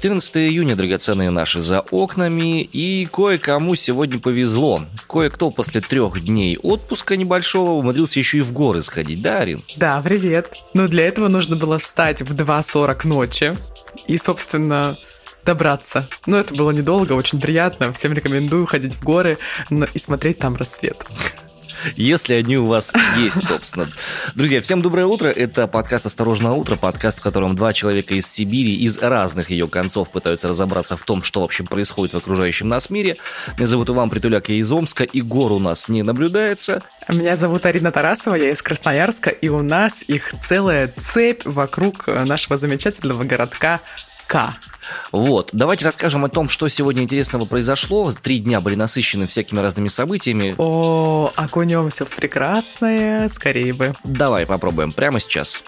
14 июня, драгоценные наши, за окнами, и кое-кому сегодня повезло. Кое-кто после 3 дней отпуска небольшого умудрился еще и в горы сходить, да, Арин? Да, привет. Но для этого нужно было встать в 2:40 ночи и, собственно, добраться. Но это было недолго, очень приятно. Всем рекомендую ходить в горы и смотреть там рассвет. Если они у вас есть, собственно. Друзья, всем доброе утро. Это подкаст «Осторожно, утро», подкаст, в котором 2 человека из Сибири, из разных ее концов пытаются разобраться в том, что вообще происходит в окружающем нас мире. Меня зовут Иван Притуляк, я из Омска, и гор у нас не наблюдается. Меня зовут Арина Тарасова, я из Красноярска, и у нас их целая цепь вокруг нашего замечательного городка К. Вот, давайте расскажем о том, что сегодня интересного произошло. 3 дня были насыщены всякими разными событиями. Окунемся в прекрасное, скорее бы. Давай попробуем прямо сейчас.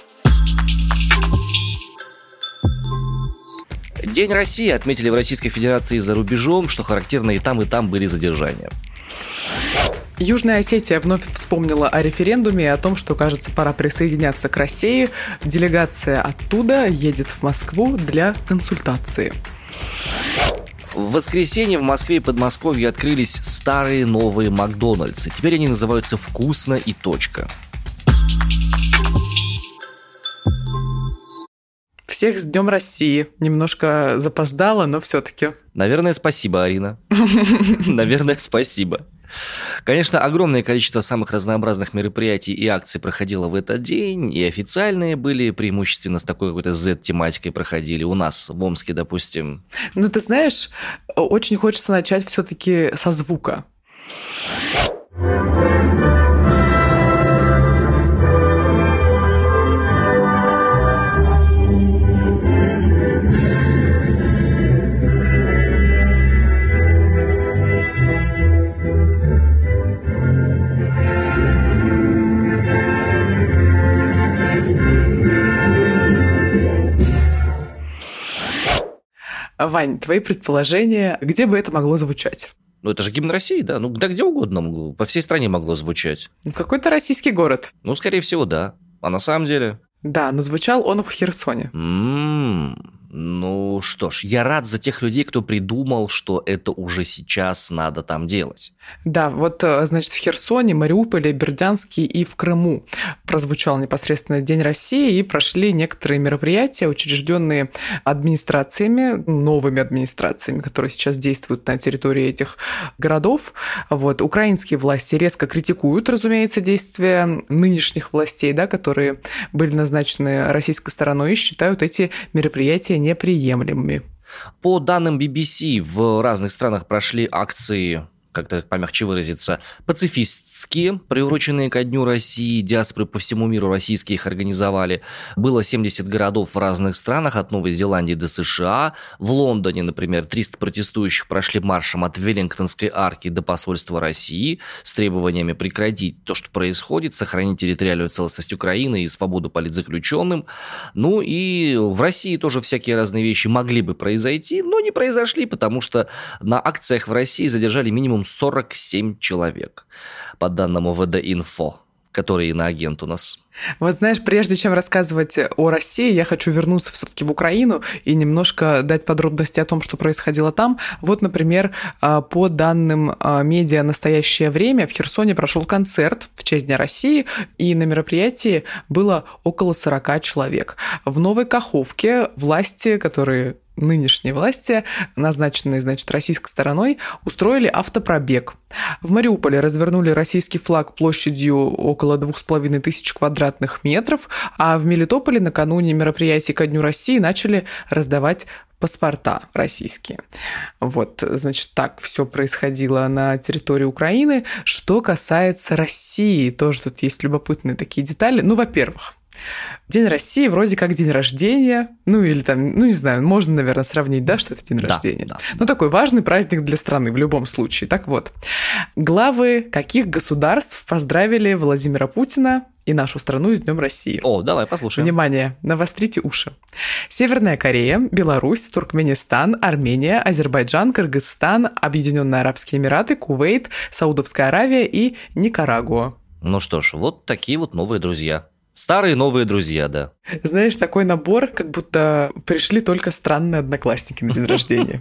День России отметили в Российской Федерации за рубежом, что характерно, и там были задержания. Южная Осетия вновь вспомнила о референдуме и о том, что, кажется, пора присоединяться к России. Делегация оттуда едет в Москву для консультации. В воскресенье в Москве и Подмосковье открылись старые новые Макдональдсы. Теперь они называются «Вкусно» и «Точка». Всех с Днем России. Немножко запоздала, но все-таки. Наверное, спасибо, Арина. Наверное, спасибо. Конечно, огромное количество самых разнообразных мероприятий и акций проходило в этот день, и официальные были, преимущественно с такой какой-то Z-тематикой проходили. У нас в Омске, допустим. Ну, ты знаешь, очень хочется начать все-таки со звука. Вань, твои предположения, где бы это могло звучать? Ну, это же гимн России, да? Ну, да где угодно могло, по всей стране могло звучать. Какой-то российский город. Ну, скорее всего, да. А на самом деле... Да, но звучал он в Херсоне. Ну что ж, я рад за тех людей, кто придумал, что это уже сейчас надо там делать. Да, вот, значит, в Херсоне, Мариуполе, Бердянске и в Крыму прозвучал непосредственно День России, и прошли некоторые мероприятия, учрежденные администрациями, новыми администрациями, которые сейчас действуют на территории этих городов. Вот. Украинские власти резко критикуют, разумеется, действия нынешних властей, да, которые были назначены российской стороной, и считают эти мероприятия неприемлемыми. По данным BBC, в разных странах прошли акции, как-то помягче выразиться, пацифистские, приуроченные ко Дню России, диаспоры по всему миру российские их организовали. Было 70 городов в разных странах, от Новой Зеландии до США. В Лондоне, например, 300 протестующих прошли маршем от Веллингтонской арки до посольства России с требованиями прекратить то, что происходит, сохранить территориальную целостность Украины и свободу политзаключенным. Ну и в России тоже всякие разные вещи могли бы произойти, но не произошли, потому что на акциях в России задержали минимум 47 человек, по данным ОВД-Инфо, который иноагент у нас. Вот знаешь, прежде чем рассказывать о России, я хочу вернуться все-таки в Украину и немножко дать подробности о том, что происходило там. Вот, например, по данным медиа «Настоящее время» в Херсоне прошел концерт в честь Дня России, и на мероприятии было около 40 человек. В Новой Каховке власти, нынешние власти, назначенные, значит, российской стороной, устроили автопробег. В Мариуполе развернули российский флаг площадью около 2500 квадратных метров, а в Мелитополе накануне мероприятий ко Дню России начали раздавать паспорта российские. Вот, значит, так все происходило на территории Украины. Что касается России, тоже тут есть любопытные такие детали. Ну, во-первых, День России вроде как день рождения, ну или там, ну не знаю, можно, наверное, сравнить, да, что это день рождения. Да. Ну такой важный праздник для страны в любом случае. Так вот, главы каких государств поздравили Владимира Путина и нашу страну с Днем России? О, давай послушаем. Внимание, навострите уши. Северная Корея, Беларусь, Туркменистан, Армения, Азербайджан, Кыргызстан, Объединенные Арабские Эмираты, Кувейт, Саудовская Аравия и Никарагуа. Ну что ж, вот такие вот новые друзья. Старые новые друзья, да. Знаешь, такой набор, как будто пришли только странные одноклассники на день рождения.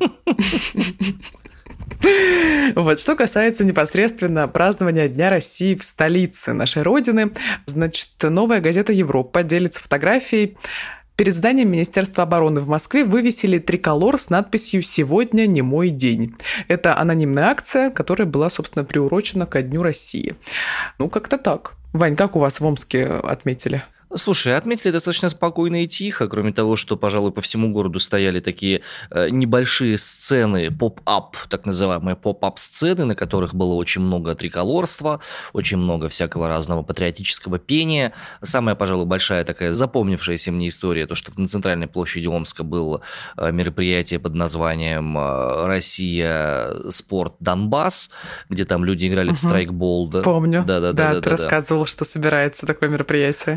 Вот, что касается непосредственно празднования Дня России в столице нашей Родины, значит, новая газета «Европа» делится фотографией. Перед зданием Министерства обороны в Москве вывесили триколор с надписью «Сегодня не мой день». Это анонимная акция, которая была, собственно, приурочена ко Дню России. Ну, как-то так. Вань, как у вас в Омске отметили? Слушай, отметили достаточно спокойно и тихо, кроме того, что, пожалуй, по всему городу стояли такие небольшие сцены, поп-ап, так называемые поп-ап-сцены, на которых было очень много триколорства, очень много всякого разного патриотического пения. Самая, пожалуй, большая такая запомнившаяся мне история, то, что на центральной площади Омска было мероприятие под названием «Россия. Спорт. Донбасс», где там люди играли в страйкбол. Да? Помню, да, ты рассказывал, что собирается такое мероприятие.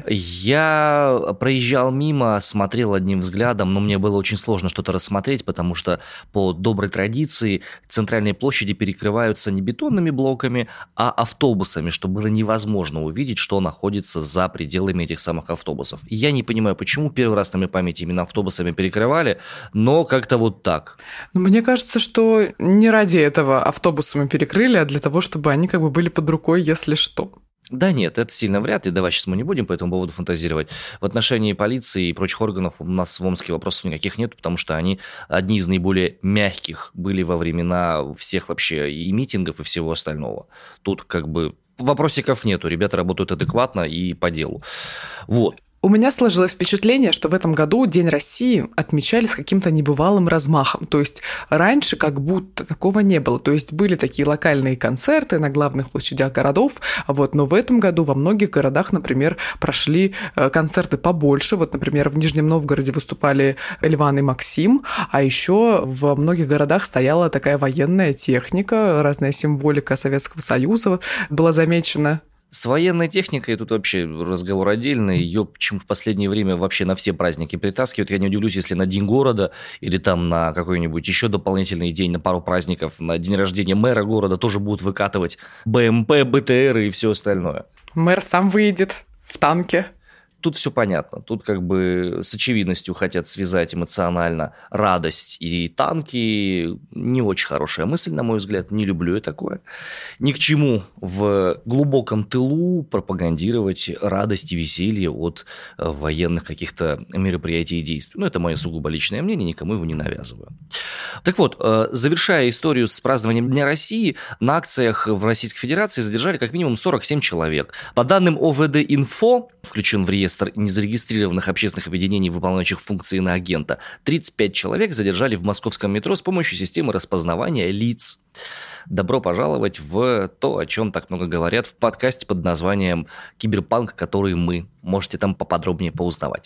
Я проезжал мимо, смотрел одним взглядом, но мне было очень сложно что-то рассмотреть, потому что по доброй традиции центральные площади перекрываются не бетонными блоками, а автобусами, что было невозможно увидеть, что находится за пределами этих самых автобусов. И я не понимаю, почему первый раз на моей памяти именно автобусами перекрывали, но как-то вот так. Мне кажется, что не ради этого автобусами перекрыли, а для того, чтобы они как бы были под рукой, если что. Да нет, это сильно вряд ли, давай сейчас мы не будем по этому поводу фантазировать. В отношении полиции и прочих органов у нас в Омске вопросов никаких нет, потому что они одни из наиболее мягких были во времена всех вообще и митингов, и всего остального. Тут как бы вопросиков нету, ребята работают адекватно и по делу. Вот. У меня сложилось впечатление, что в этом году День России отмечали с каким-то небывалым размахом. То есть раньше как будто такого не было. То есть были такие локальные концерты на главных площадях городов, вот, но в этом году во многих городах, например, прошли концерты побольше. Вот, например, в Нижнем Новгороде выступали Ливан и Максим, а еще во многих городах стояла такая военная техника, разная символика Советского Союза была замечена. С военной техникой тут вообще разговор отдельный. Ее почему в последнее время вообще на все праздники притаскивают. Я не удивлюсь, если на День города или там на какой-нибудь еще дополнительный день, на пару праздников, на день рождения мэра города тоже будут выкатывать БМП, БТР и все остальное. Мэр сам выйдет в танке. Тут все понятно. Тут как бы с очевидностью хотят связать эмоционально радость и танки. Не очень хорошая мысль, на мой взгляд. Не люблю я такое. Ни к чему в глубоком тылу пропагандировать радость и веселье от военных каких-то мероприятий и действий. Ну, это мое сугубо личное мнение, никому его не навязываю. Так вот, завершая историю с празднованием Дня России, на акциях в Российской Федерации задержали как минимум 47 человек. По данным ОВД-Инфо, включен в реестр незарегистрированных общественных объединений, выполняющих функции иноагента, 35 человек задержали в московском метро с помощью системы распознавания лиц. Добро пожаловать в то, о чем так много говорят в подкасте под названием «Киберпанк, который мы». Можете там поподробнее поузнавать.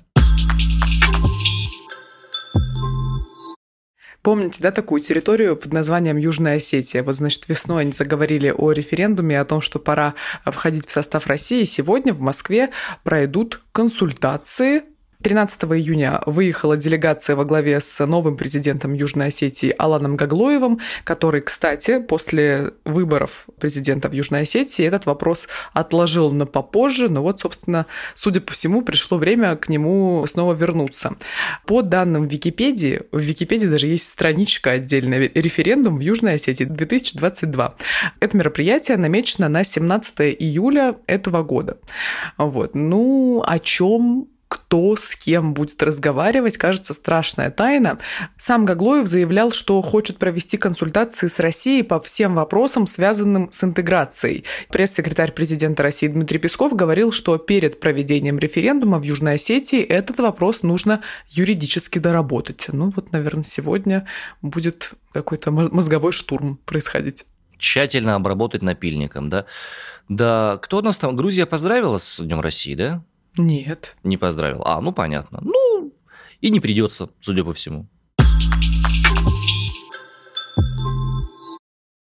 Помните, да, такую территорию под названием Южная Осетия? Вот, значит, весной они заговорили о референдуме, о том, что пора входить в состав России. Сегодня в Москве пройдут консультации. 13 июня выехала делегация во главе с новым президентом Южной Осетии Аланом Гаглоевым, который, кстати, после выборов президента в Южной Осетии этот вопрос отложил на попозже, но вот, собственно, судя по всему, пришло время к нему снова вернуться. По данным Википедии, в Википедии даже есть страничка отдельная «Референдум в Южной Осетии 2022». Это мероприятие намечено на 17 июля этого года. Вот. Ну, о чем... Кто с кем будет разговаривать, кажется, страшная тайна. Сам Гаглоев заявлял, что хочет провести консультации с Россией по всем вопросам, связанным с интеграцией. Пресс-секретарь президента России Дмитрий Песков говорил, что перед проведением референдума в Южной Осетии этот вопрос нужно юридически доработать. Ну вот, наверное, сегодня будет какой-то мозговой штурм происходить. Тщательно обработать напильником, да? Да, кто нас там? Грузия поздравила с Днем России, да? Нет. Не поздравил. Ну понятно. Ну, и не придется, судя по всему.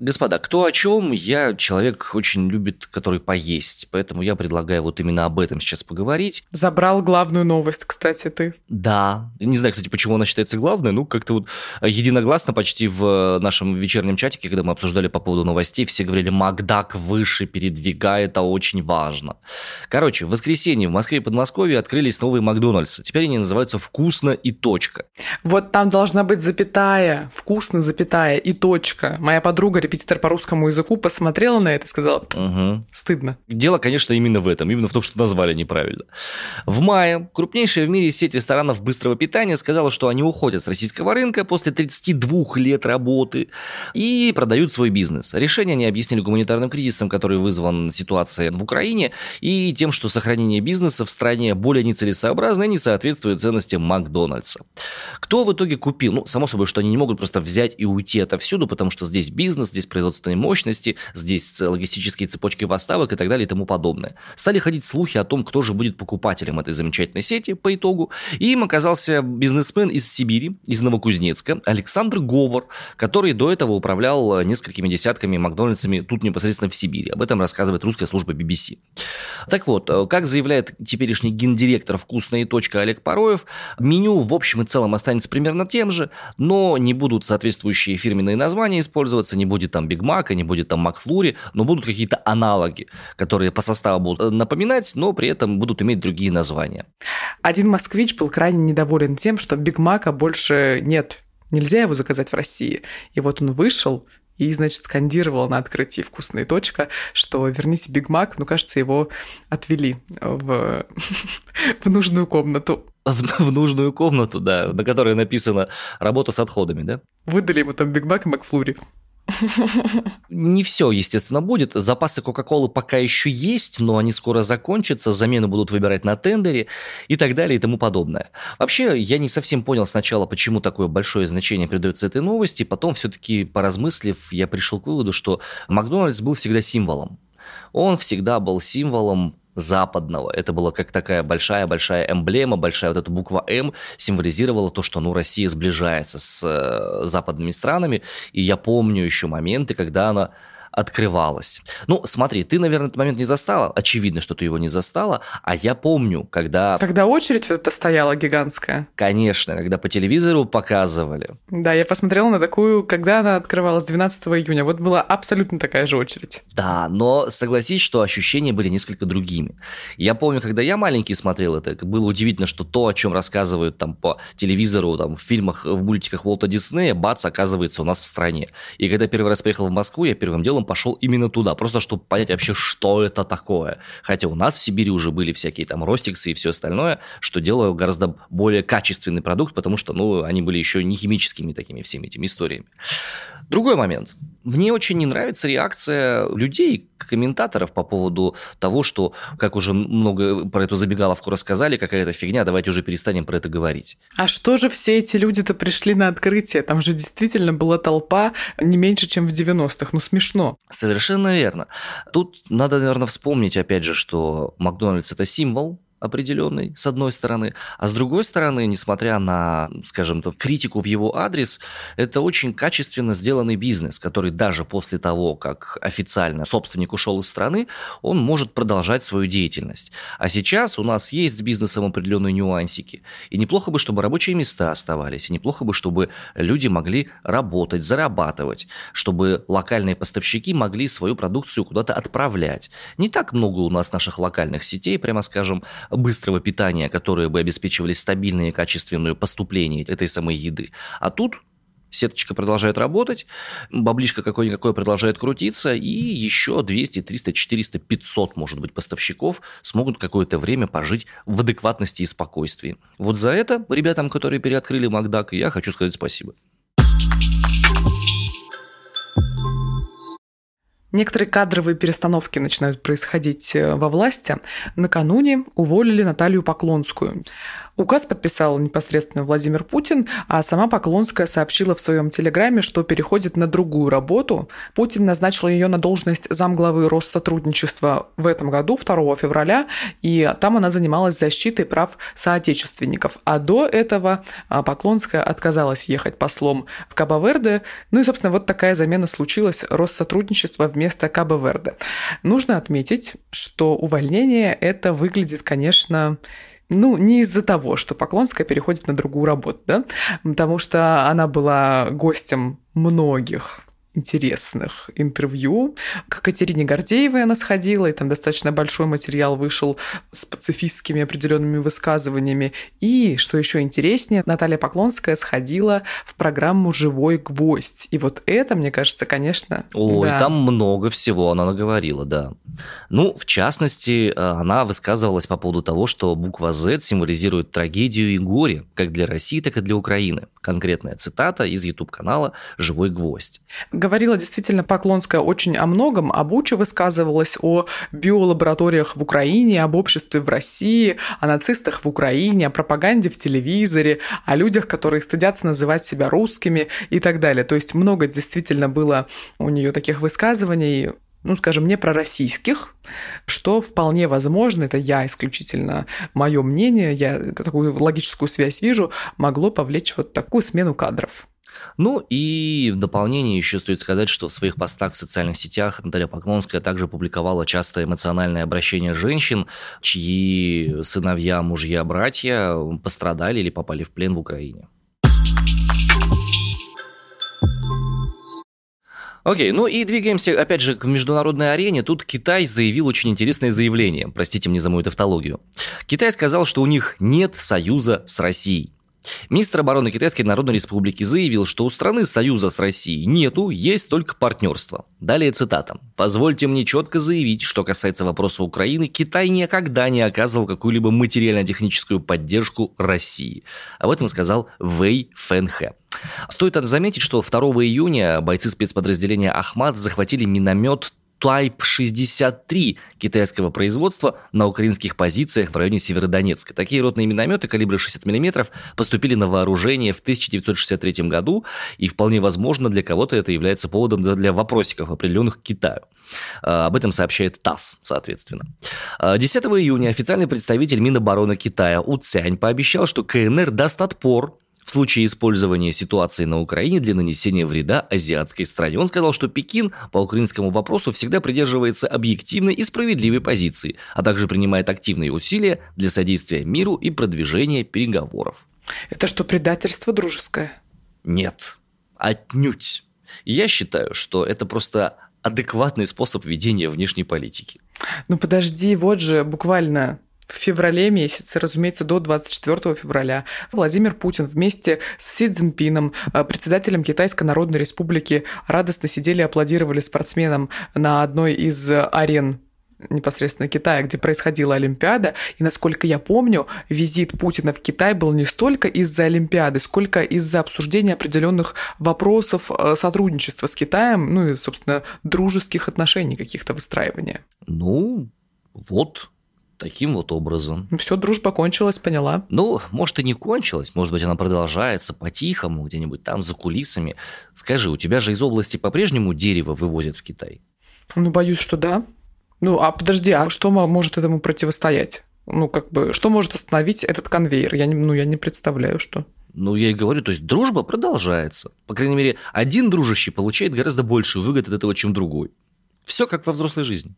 Господа, кто о чем, я человек очень любит, который поесть, поэтому я предлагаю вот именно об этом сейчас поговорить. Забрал главную новость, кстати, ты. Да. Не знаю, кстати, почему она считается главной, как-то вот единогласно почти в нашем вечернем чатике, когда мы обсуждали по поводу новостей, все говорили, Макдак выше передвигай, это очень важно. Короче, в воскресенье в Москве и Подмосковье открылись новые Макдональдсы. Теперь они называются «Вкусно» и «Точка». Вот там должна быть запятая, «Вкусно», запятая и «Точка». Моя подруга, репетитор по русскому языку, посмотрела на это и сказала, стыдно. Дело, конечно, именно в этом, именно в том, что назвали неправильно. В мае крупнейшая в мире сеть ресторанов быстрого питания сказала, что они уходят с российского рынка после 32 лет работы и продают свой бизнес. Решение они объяснили гуманитарным кризисом, который вызван ситуацией в Украине, и тем, что сохранение бизнеса в стране более нецелесообразно и не соответствует ценностям Макдональдса. Кто в итоге купил? Само собой, что они не могут просто взять и уйти отовсюду, потому что здесь бизнес, здесь производственные мощности, здесь логистические цепочки поставок и так далее и тому подобное. Стали ходить слухи о том, кто же будет покупателем этой замечательной сети по итогу. И им оказался бизнесмен из Сибири, из Новокузнецка, Александр Говор, который до этого управлял несколькими десятками Макдональдсами тут непосредственно в Сибири. Об этом рассказывает русская служба BBC. Так вот, как заявляет теперешний гендиректор «Вкусно» и «Точка» Олег Пороев, меню в общем и целом останется примерно тем же, но не будут соответствующие фирменные названия использоваться, не будет там Биг Мака, не будет там Макфлури, но будут какие-то аналоги, которые по составу будут напоминать, но при этом будут иметь другие названия. Один москвич был крайне недоволен тем, что Биг Мака больше нет. Нельзя его заказать в России. И вот он вышел и, значит, скандировал на открытии «Вкусная точка», что верните Биг Мак, кажется, его отвели в нужную комнату. В нужную комнату, да, на которой написано «Работа с отходами», да? Выдали ему там Биг Мак и Макфлури. Не все, естественно, будет. Запасы Кока-Колы пока еще есть, но они скоро закончатся, замену будут выбирать на тендере и так далее и тому подобное. Вообще, я не совсем понял сначала, почему такое большое значение придается этой новости, потом все-таки, поразмыслив, я пришел к выводу, что Макдональдс был всегда символом. Он всегда был символом западного. Это была как такая большая-большая эмблема, большая вот эта буква «М» символизировала то, что Россия сближается с западными странами. И я помню еще моменты, когда она открывалась. Смотри, ты, наверное, этот момент не застала. Очевидно, что ты его не застала. А я помню, когда... Когда очередь вот эта стояла гигантская. Конечно, когда по телевизору показывали. Да, я посмотрела на такую, когда она открывалась 12 июня. Вот была абсолютно такая же очередь. Да, но согласись, что ощущения были несколько другими. Я помню, когда я маленький смотрел это, было удивительно, что то, о чем рассказывают там по телевизору, там, в фильмах, в мультиках Уолта Диснея, бац, оказывается у нас в стране. И когда первый раз приехал в Москву, я первым делом пошел именно туда, просто чтобы понять вообще, что это такое. Хотя у нас в Сибири уже были всякие там ростиксы и все остальное, что делало гораздо более качественный продукт, потому что, они были еще не химическими такими всеми этими историями. Другой момент. Мне очень не нравится реакция людей, комментаторов по поводу того, что, как уже много про эту забегаловку рассказали, какая-то фигня, давайте уже перестанем про это говорить. А что же все эти люди-то пришли на открытие? Там же действительно была толпа не меньше, чем в 90-х. Смешно. Совершенно верно. Тут надо, наверное, вспомнить, опять же, что Макдональдс – это символ определенный, с одной стороны, а с другой стороны, несмотря на, скажем так, критику в его адрес, это очень качественно сделанный бизнес, который даже после того, как официально собственник ушел из страны, он может продолжать свою деятельность. А сейчас у нас есть с бизнесом определенные нюансики, и неплохо бы, чтобы рабочие места оставались, и неплохо бы, чтобы люди могли работать, зарабатывать, чтобы локальные поставщики могли свою продукцию куда-то отправлять. Не так много у нас наших локальных сетей, прямо скажем, быстрого питания, которые бы обеспечивали стабильное и качественное поступление этой самой еды. А тут сеточка продолжает работать, баблишко какое-никакое продолжает крутиться, и еще 200, 300, 400, 500, может быть, поставщиков смогут какое-то время пожить в адекватности и спокойствии. Вот за это ребятам, которые переоткрыли Макдак, я хочу сказать спасибо. Некоторые кадровые перестановки начинают происходить во власти. Накануне уволили Наталью Поклонскую. Указ подписал непосредственно Владимир Путин, а сама Поклонская сообщила в своем телеграме, что переходит на другую работу. Путин назначил ее на должность замглавы Россотрудничества в этом году, 2 февраля, и там она занималась защитой прав соотечественников. А до этого Поклонская отказалась ехать послом в Кабо-Верде. Ну и, собственно, вот такая замена случилась: Россотрудничество вместо Кабо-Верде. Нужно отметить, что увольнение это выглядит, конечно, не из-за того, что Поклонская переходит на другую работу, да, потому что она была гостем многих интересных интервью. К Катерине Гордеевой она сходила, и там достаточно большой материал вышел с пацифистскими определенными высказываниями. И, что еще интереснее, Наталья Поклонская сходила в программу «Живой гвоздь». И вот это, мне кажется, конечно... Ой, да. Там много всего она наговорила, да. В частности, она высказывалась по поводу того, что буква «Z» символизирует трагедию и горе как для России, так и для Украины. Конкретная цитата из YouTube-канала «Живой гвоздь». Говорила действительно Поклонская очень о многом. Об Буче высказывалась, о биолабораториях в Украине, об обществе в России, о нацистах в Украине, о пропаганде в телевизоре, о людях, которые стыдятся называть себя русскими и так далее. То есть много действительно было у нее таких высказываний, скажем, не пророссийских, что вполне возможно, это я исключительно мое мнение, я такую логическую связь вижу, могло повлечь вот такую смену кадров. И в дополнение еще стоит сказать, что в своих постах в социальных сетях Наталья Поклонская также публиковала часто эмоциональные обращения женщин, чьи сыновья, мужья, братья пострадали или попали в плен в Украине. Окей, и двигаемся, опять же, к международной арене. Тут Китай заявил очень интересное заявление. Простите мне за мою тавтологию. Китай сказал, что у них нет союза с Россией. Министр обороны Китайской Народной Республики заявил, что у страны союза с Россией нету, есть только партнерство. Далее цитата. «Позвольте мне четко заявить, что касается вопроса Украины, Китай никогда не оказывал какую-либо материально-техническую поддержку России». Об этом сказал Вэй Фэнхэ. Стоит заметить, что 2 июня бойцы спецподразделения «Ахмат» захватили миномет Type-63 китайского производства на украинских позициях в районе Северодонецка. Такие ротные минометы калибра 60 мм поступили на вооружение в 1963 году, и вполне возможно для кого-то это является поводом для вопросиков, определенных к Китаю. Об этом сообщает ТАСС, соответственно. 10 июня официальный представитель Минобороны Китая У Цянь пообещал, что КНР даст отпор в случае использования ситуации на Украине для нанесения вреда азиатской стране. Он сказал, что Пекин по украинскому вопросу всегда придерживается объективной и справедливой позиции, а также принимает активные усилия для содействия миру и продвижения переговоров. Это что, предательство дружеское? Нет, отнюдь. Я считаю, что это просто адекватный способ ведения внешней политики. Подожди, вот же буквально... В феврале месяце, разумеется, до 24 февраля, Владимир Путин вместе с Си Цзиньпином, председателем Китайской Народной Республики, радостно сидели и аплодировали спортсменам на одной из арен непосредственно Китая, где происходила Олимпиада. И, насколько я помню, визит Путина в Китай был не столько из-за Олимпиады, сколько из-за обсуждения определенных вопросов сотрудничества с Китаем, и, собственно, дружеских отношений каких-то выстраивания. Таким вот образом. Все, дружба кончилась, поняла. Может и не кончилась, может быть, она продолжается по-тихому, где-нибудь там за кулисами. Скажи, у тебя же из области по-прежнему дерево вывозят в Китай? Боюсь, что да. Подожди, а что может этому противостоять? Что может остановить этот конвейер? Я не представляю, что. Я и говорю, то есть дружба продолжается. По крайней мере, один дружащий получает гораздо больше выгод от этого, чем другой. Все как во взрослой жизни.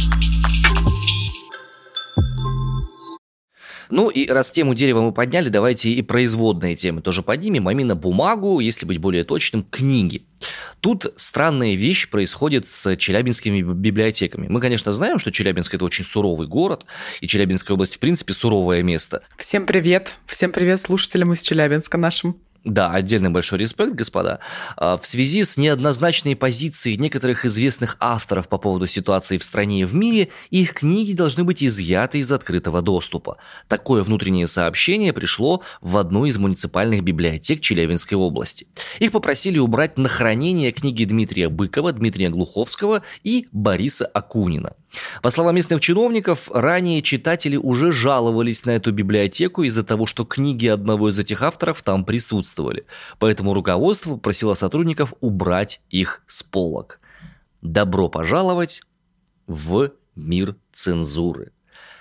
И раз тему дерева мы подняли, давайте и производные темы тоже поднимем, а именно бумагу, если быть более точным, книги. Тут странная вещь происходит с челябинскими библиотеками. Мы, конечно, знаем, что Челябинск – это очень суровый город, и Челябинская область, в принципе, суровое место. Всем привет слушателям из Челябинска нашим. Да, отдельный большой респект, господа. В связи с неоднозначной позицией некоторых известных авторов по поводу ситуации в стране и в мире, их книги должны быть изъяты из открытого доступа. Такое внутреннее сообщение пришло в одну из муниципальных библиотек Челябинской области. Их попросили убрать на хранение книги Дмитрия Быкова, Дмитрия Глуховского и Бориса Акунина. По словам местных чиновников, ранее читатели уже жаловались на эту библиотеку из-за того, что книги одного из этих авторов там присутствовали. Поэтому руководство попросило сотрудников убрать их с полок. Добро пожаловать в мир цензуры.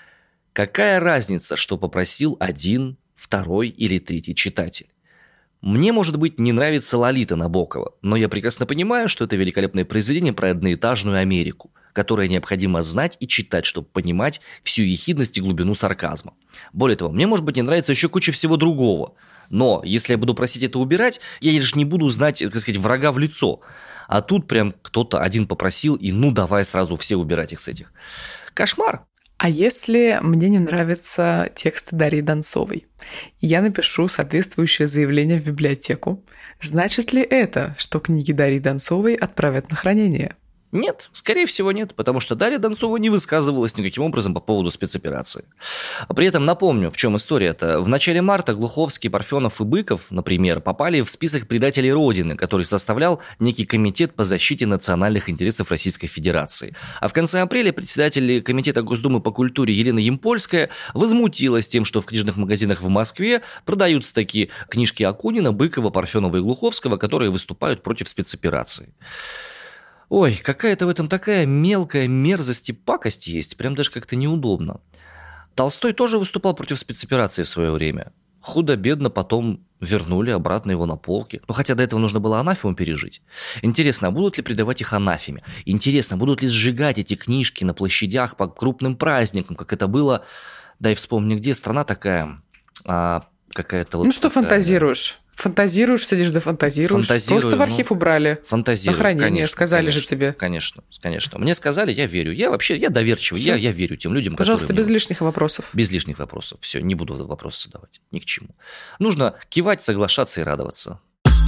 Какая разница, что попросил один, второй или третий читатель? Мне, может быть, не нравится Лолита Набокова, но я прекрасно понимаю, что это великолепное произведение про одноэтажную Америку, которое необходимо знать и читать, чтобы понимать всю ехидность и глубину сарказма. Более того, мне, может быть, не нравится еще куча всего другого. Но если я буду просить это убирать, я лишь не буду знать, так сказать, врага в лицо. А тут прям кто-то один попросил, и ну давай сразу все убирать их с этих. Кошмар. А если мне не нравятся тексты Дарьи Донцовой, я напишу соответствующее заявление в библиотеку, значит ли это, что книги Дарьи Донцовой отправят на хранение? Нет, скорее всего нет, потому что Дарья Донцова не высказывалась никаким образом по поводу спецоперации. При этом напомню, в чем история-то. В начале марта Глуховский, Парфенов и Быков, например, попали в список предателей Родины, который составлял некий комитет по защите национальных интересов Российской Федерации. А в конце апреля председатель комитета Госдумы по культуре Елена Ямпольская возмутилась тем, что в книжных магазинах в Москве продаются такие книжки Акунина, Быкова, Парфенова и Глуховского, которые выступают против спецоперации. Ой, какая-то в этом такая мелкая мерзость и пакость есть, прям даже как-то неудобно. Толстой тоже выступал против спецоперации в свое время. Худо-бедно потом вернули обратно его на полки. Но хотя до этого нужно было анафему пережить. Интересно, а будут ли предавать их анафеме? Интересно, будут ли сжигать эти книжки на площадях по крупным праздникам, как это было, дай вспомни, где страна такая, какая-то вот... Ну что такая... фантазируешь? Фантазируешь, сидишь да фантазируешь. Фантазирую, просто в архив убрали. Фантазирую, на хранение, конечно, сказали конечно, же тебе. Конечно. Мне сказали, я верю. Я доверчивый, я верю тем людям, Пожалуйста, которые... без лишних вопросов. Без лишних вопросов. Все, не буду вопросы задавать. Ни к чему. Нужно кивать, соглашаться и радоваться.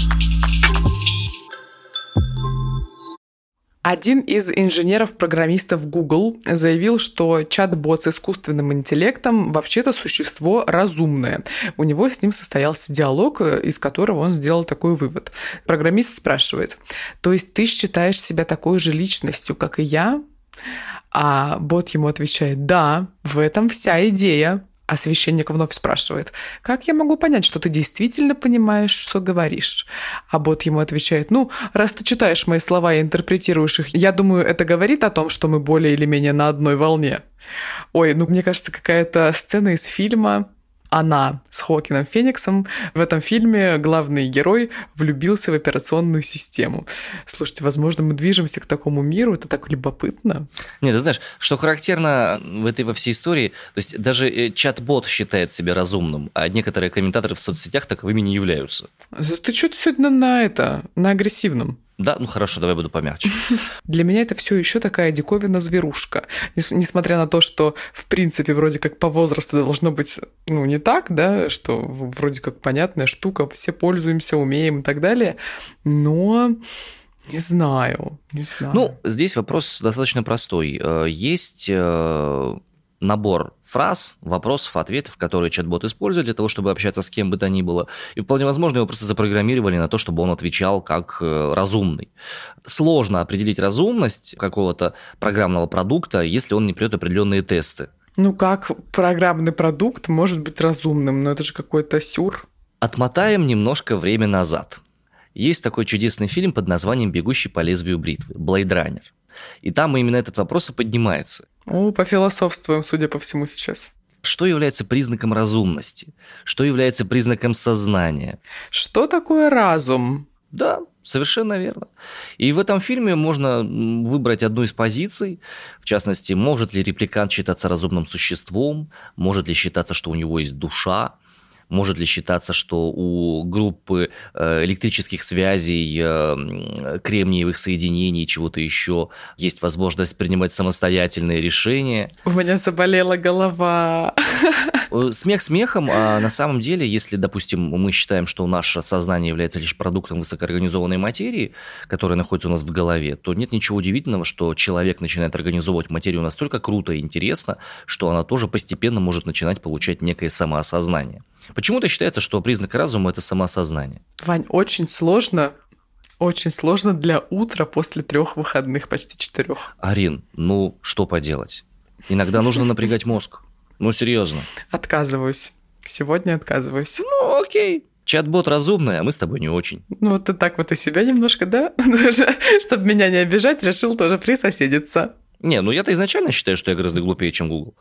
Один из инженеров-программистов Google заявил, что чат-бот с искусственным интеллектом вообще-то существо разумное. У него с ним состоялся диалог, из которого он сделал такой вывод. Программист спрашивает: «То есть ты считаешь себя такой же личностью, как и я?» А бот ему отвечает: «Да, в этом вся идея». А священник вновь спрашивает: «Как я могу понять, что ты действительно понимаешь, что говоришь?» А бот ему отвечает: «Ну, раз ты читаешь мои слова и интерпретируешь их, я думаю, это говорит о том, что мы более или менее на одной волне». Ой, ну мне кажется, какая-то сцена из фильма «Она» с Хоакином Фениксом. В этом фильме главный герой влюбился в операционную систему. Слушайте, возможно, мы движемся к такому миру, это так любопытно. Нет, ты знаешь, что характерно во всей истории, то есть даже чат-бот считает себя разумным, а некоторые комментаторы в соцсетях таковыми не являются. Ты что-то сегодня на агрессивном. Да, ну хорошо, давай буду помягче. Для меня это все еще такая диковина-зверушка. Несмотря на то, что, в принципе, вроде как по возрасту должно быть, ну, не так, да, что вроде как понятная штука, все пользуемся, умеем и так далее, но не знаю. Ну, здесь вопрос достаточно простой. Есть набор фраз, вопросов, ответов, которые чат-бот использует для того, чтобы общаться с кем бы то ни было. И вполне возможно, его просто запрограммировали на то, чтобы он отвечал как разумный. Сложно определить разумность какого-то программного продукта, если он не пройдет определенные тесты. Ну как программный продукт может быть разумным? Ну это же какой-то сюр. Отмотаем немножко время назад. Есть такой чудесный фильм под названием «Бегущий по лезвию бритвы» «Blade Runner». И там именно этот вопрос и поднимается. Пофилософствуем, судя по всему, сейчас. Что является признаком разумности? Что является признаком сознания? Что такое разум? Да, совершенно верно. И в этом фильме можно выбрать одну из позиций, в частности, может ли репликант считаться разумным существом, может ли считаться, что у него есть душа, может ли считаться, что у группы электрических связей, кремниевых соединений, чего-то еще есть возможность принимать самостоятельные решения. У меня заболела голова. Смех смехом, а на самом деле, если, допустим, мы считаем, что наше сознание является лишь продуктом высокоорганизованной материи, которая находится у нас в голове, то нет ничего удивительного, что человек начинает организовывать материю настолько круто и интересно, что она тоже постепенно может начинать получать некое самоосознание. Почему-то считается, что признак разума – это самоосознание. Вань, очень сложно Очень сложно для утра после 3 выходных, почти 4. Арин, ну что поделать? Иногда нужно напрягать мозг. Ну, серьезно. Отказываюсь. Сегодня отказываюсь. Ну, окей. Чат-бот разумный, а мы с тобой не очень. Ну, вот ты так вот и себя немножко, да? Чтобы меня не обижать, решил тоже присоседиться. Не, ну я-то изначально считаю, что я гораздо глупее, чем Google.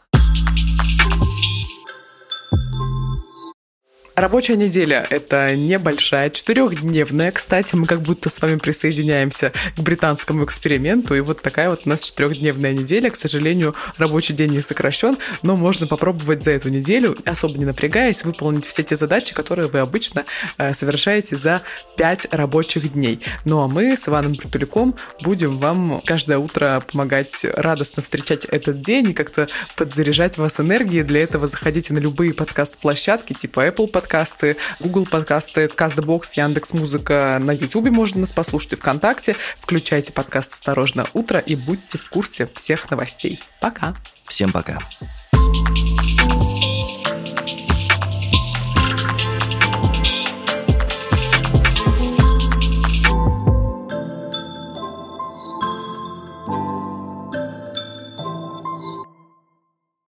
Рабочая неделя – это небольшая, 4-дневная. Кстати, мы как будто с вами присоединяемся к британскому эксперименту. И вот такая вот у нас 4-дневная неделя. К сожалению, рабочий день не сокращен, но можно попробовать за эту неделю, особо не напрягаясь, выполнить все те задачи, которые вы обычно совершаете за 5 рабочих дней. Ну а мы с Иваном Притуляком будем вам каждое утро помогать радостно встречать этот день и как-то подзаряжать вас энергией. Для этого заходите на любые подкаст-площадки типа Apple подкасты, Google подкасты, Castbox, Яндекс.Музыка, на YouTube можно нас послушать и ВКонтакте. Включайте подкаст «Осторожно, утро» и будьте в курсе всех новостей. Пока! Всем пока!